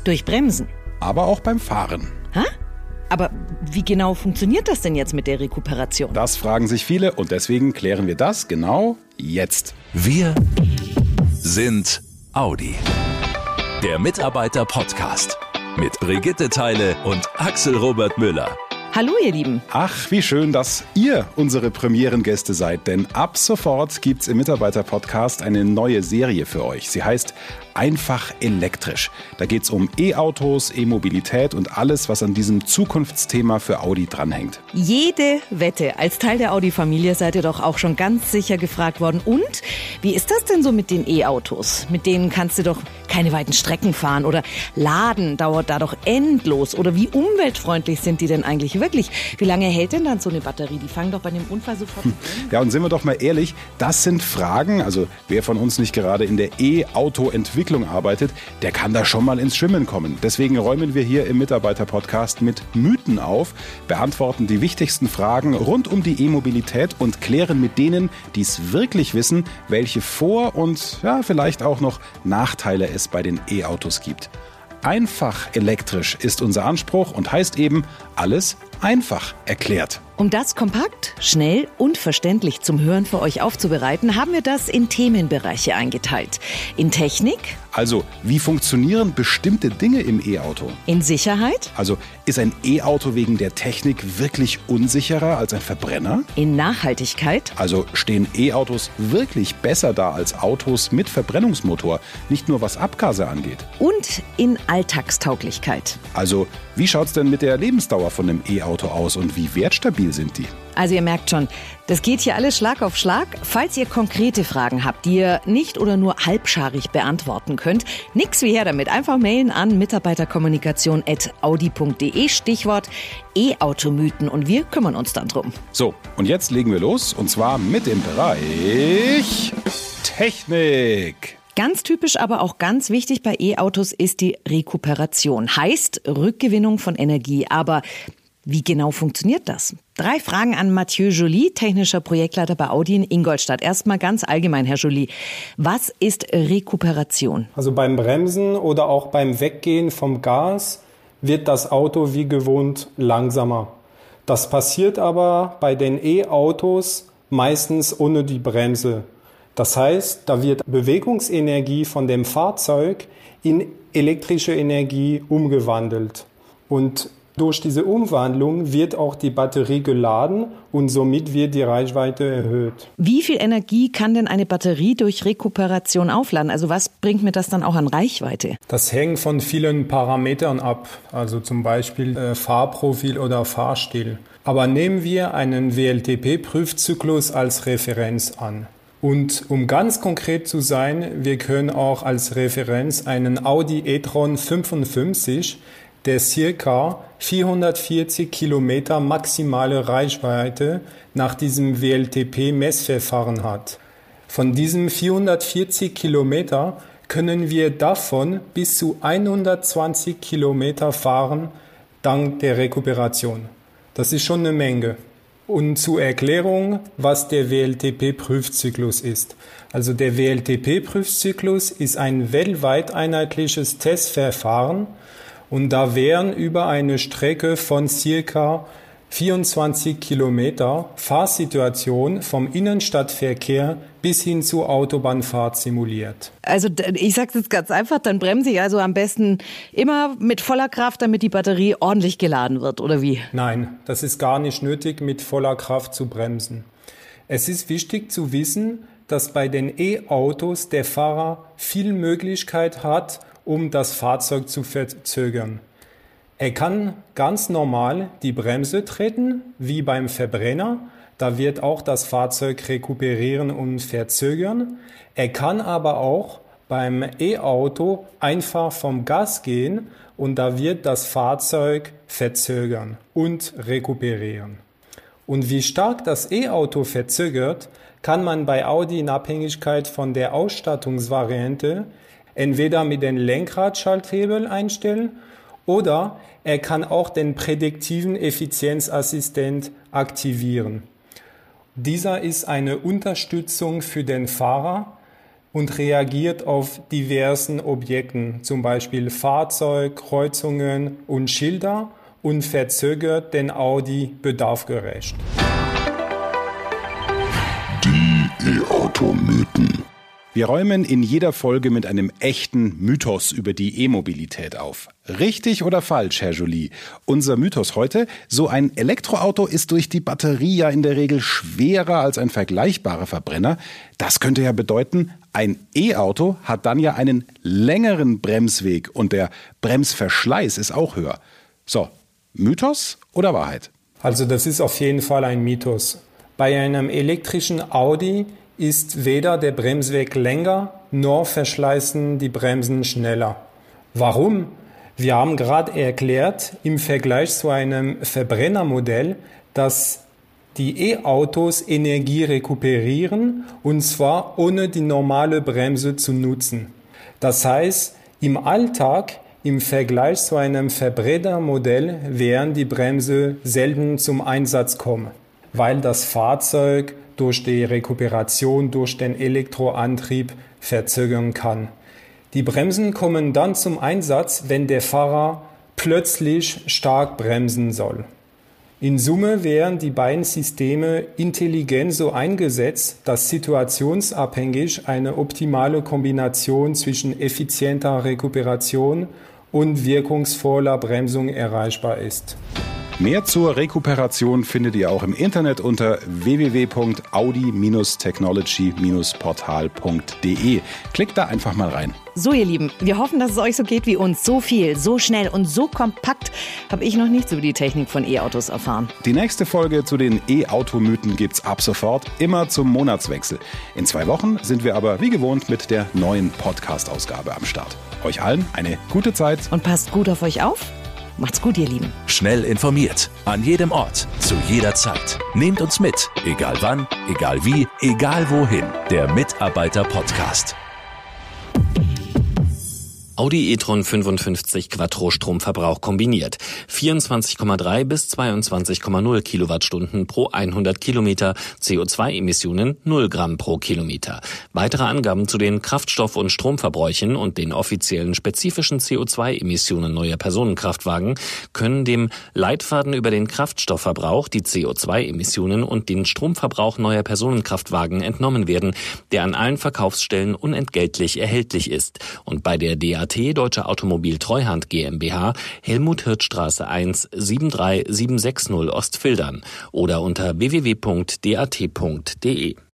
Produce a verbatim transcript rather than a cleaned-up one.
Durch Bremsen. Aber auch beim Fahren. Hä? Aber wie genau funktioniert das denn jetzt mit der Rekuperation? Das fragen sich viele und deswegen klären wir das genau jetzt. Wir sind Audi. Der Mitarbeiter-Podcast mit Brigitte Theile und Axel Robert Müller. Hallo ihr Lieben. Ach, wie schön, dass ihr unsere Premierengäste seid, denn ab sofort gibt's im Mitarbeiter-Podcast eine neue Serie für euch. Sie heißt Einfach elektrisch. Da geht's um E-Autos, E-Mobilität und alles, was an diesem Zukunftsthema für Audi dranhängt. Jede Wette. Als Teil der Audi-Familie seid ihr doch auch schon ganz sicher gefragt worden. Und wie ist das denn so mit den E-Autos? Mit denen kannst du doch keine weiten Strecken fahren oder laden dauert da doch endlos. Oder wie umweltfreundlich sind die denn eigentlich wirklich? Wie lange hält denn dann so eine Batterie? Die fangen doch bei einem Unfall sofort an. Ja, und sind wir doch mal ehrlich, das sind Fragen, also wer von uns nicht gerade in der E-Auto-Entwicklung arbeitet, der kann da schon mal ins Schwimmen kommen. Deswegen räumen wir hier im Mitarbeiter-Podcast mit Mythen auf, beantworten die wichtigsten Fragen rund um die E-Mobilität und klären mit denen, die es wirklich wissen, welche Vor- und ja, vielleicht auch noch Nachteile es bei den E-Autos gibt. Einfach elektrisch ist unser Anspruch und heißt eben alles einfach erklärt. Um das kompakt, schnell und verständlich zum Hören für euch aufzubereiten, haben wir das in Themenbereiche eingeteilt. In Technik. Also, wie funktionieren bestimmte Dinge im E-Auto? In Sicherheit. Also, ist ein E-Auto wegen der Technik wirklich unsicherer als ein Verbrenner? In Nachhaltigkeit. Also, stehen E-Autos wirklich besser da als Autos mit Verbrennungsmotor, nicht nur was Abgase angeht? Und in Alltagstauglichkeit. Also, wie schaut's denn mit der Lebensdauer von einem E-Auto aus und wie wertstabil sind die? Also ihr merkt schon, das geht hier alles Schlag auf Schlag. Falls ihr konkrete Fragen habt, die ihr nicht oder nur halbscharig beantworten könnt, nix wie her damit. Einfach mailen an mitarbeiterkommunikation at audi punkt de, Stichwort E-Automythen und wir kümmern uns dann drum. So, und jetzt legen wir los und zwar mit dem Bereich Technik. Ganz typisch, aber auch ganz wichtig bei E-Autos ist die Rekuperation. Heißt Rückgewinnung von Energie. Aber wie genau funktioniert das? Drei Fragen an Mathieu Joly, technischer Projektleiter bei Audi in Ingolstadt. Erstmal ganz allgemein, Herr Joly. Was ist Rekuperation? Also beim Bremsen oder auch beim Weggehen vom Gas wird das Auto wie gewohnt langsamer. Das passiert aber bei den E-Autos meistens ohne die Bremse. Das heißt, da wird Bewegungsenergie von dem Fahrzeug in elektrische Energie umgewandelt. Und durch diese Umwandlung wird auch die Batterie geladen und somit wird die Reichweite erhöht. Wie viel Energie kann denn eine Batterie durch Rekuperation aufladen? Also was bringt mir das dann auch an Reichweite? Das hängt von vielen Parametern ab, also zum Beispiel äh, Fahrprofil oder Fahrstil. Aber nehmen wir einen W L T P-Prüfzyklus als Referenz an. Und um ganz konkret zu sein, wir können auch als Referenz einen Audi e-tron fünfundfünfzig, der circa vierhundertvierzig Kilometer maximale Reichweite nach diesem W L T P-Messverfahren hat. Von diesem vierhundertvierzig Kilometer können wir davon bis zu hundertzwanzig Kilometer fahren, dank der Rekuperation. Das ist schon eine Menge. Und zur Erklärung, was der W L T P-Prüfzyklus ist. Also der W L T P-Prüfzyklus ist ein weltweit einheitliches Testverfahren und da werden über eine Strecke von circa vierundzwanzig Kilometer Fahrsituation vom Innenstadtverkehr bis hin zur Autobahnfahrt simuliert. Also ich sage es jetzt ganz einfach, dann bremse ich also am besten immer mit voller Kraft, damit die Batterie ordentlich geladen wird, oder wie? Nein, das ist gar nicht nötig, mit voller Kraft zu bremsen. Es ist wichtig zu wissen, dass bei den E-Autos der Fahrer viel Möglichkeit hat, um das Fahrzeug zu verzögern. Er kann ganz normal die Bremse treten, wie beim Verbrenner. Da wird auch das Fahrzeug rekuperieren und verzögern. Er kann aber auch beim E-Auto einfach vom Gas gehen und da wird das Fahrzeug verzögern und rekuperieren. Und wie stark das E-Auto verzögert, kann man bei Audi in Abhängigkeit von der Ausstattungsvariante entweder mit dem Lenkradschalthebel einstellen oder er kann auch den prädiktiven Effizienzassistent aktivieren. Dieser ist eine Unterstützung für den Fahrer, und reagiert auf diversen Objekten, zum Beispiel Fahrzeug, Kreuzungen und Schilder, und verzögert den Audi bedarfsgerecht. Die E-Auto-Mythen. Wir räumen in jeder Folge mit einem echten Mythos über die E-Mobilität auf. Richtig oder falsch, Herr Joly? Unser Mythos heute: So ein Elektroauto ist durch die Batterie ja in der Regel schwerer als ein vergleichbarer Verbrenner. Das könnte ja bedeuten, ein E-Auto hat dann ja einen längeren Bremsweg und der Bremsverschleiß ist auch höher. So, Mythos oder Wahrheit? Also das ist auf jeden Fall ein Mythos. Bei einem elektrischen Audi ist weder der Bremsweg länger, noch verschleißen die Bremsen schneller. Warum? Wir haben gerade erklärt, im Vergleich zu einem Verbrennermodell, dass die E-Autos Energie rekuperieren, und zwar ohne die normale Bremse zu nutzen. Das heißt, im Alltag, im Vergleich zu einem Verbrennermodell, werden die Bremse selten zum Einsatz kommen, weil das Fahrzeug durch die Rekuperation durch den Elektroantrieb verzögern kann. Die Bremsen kommen dann zum Einsatz, wenn der Fahrer plötzlich stark bremsen soll. In Summe werden die beiden Systeme intelligent so eingesetzt, dass situationsabhängig eine optimale Kombination zwischen effizienter Rekuperation und wirkungsvoller Bremsung erreichbar ist. Mehr zur Rekuperation findet ihr auch im Internet unter w w w punkt audi technology portal punkt d e. Klickt da einfach mal rein. So, ihr Lieben, wir hoffen, dass es euch so geht wie uns. So viel, so schnell und so kompakt habe ich noch nichts über die Technik von E-Autos erfahren. Die nächste Folge zu den E-Auto-Mythen gibt's ab sofort, immer zum Monatswechsel. In zwei Wochen sind wir aber wie gewohnt mit der neuen Podcast-Ausgabe am Start. Euch allen eine gute Zeit. Und passt gut auf euch auf. Macht's gut, ihr Lieben. Schnell informiert, an jedem Ort, zu jeder Zeit. Nehmt uns mit, egal wann, egal wie, egal wohin. Der Mitarbeiter-Podcast. Audi e-tron fünfundfünfzig Quattro Stromverbrauch kombiniert. vierundzwanzig Komma drei bis zweiundzwanzig Komma null Kilowattstunden pro hundert Kilometer, C O zwei Emissionen null Gramm pro Kilometer. Weitere Angaben zu den Kraftstoff- und Stromverbräuchen und den offiziellen spezifischen C O zwei Emissionen neuer Personenkraftwagen können dem Leitfaden über den Kraftstoffverbrauch, die C O zwei Emissionen und den Stromverbrauch neuer Personenkraftwagen entnommen werden, der an allen Verkaufsstellen unentgeltlich erhältlich ist und bei der D A T Deutsche Automobil Treuhand GmbH, Helmut-Hirth-Straße eins, sieben drei sieben sechs null Ostfildern oder unter w w w punkt d a t punkt d e.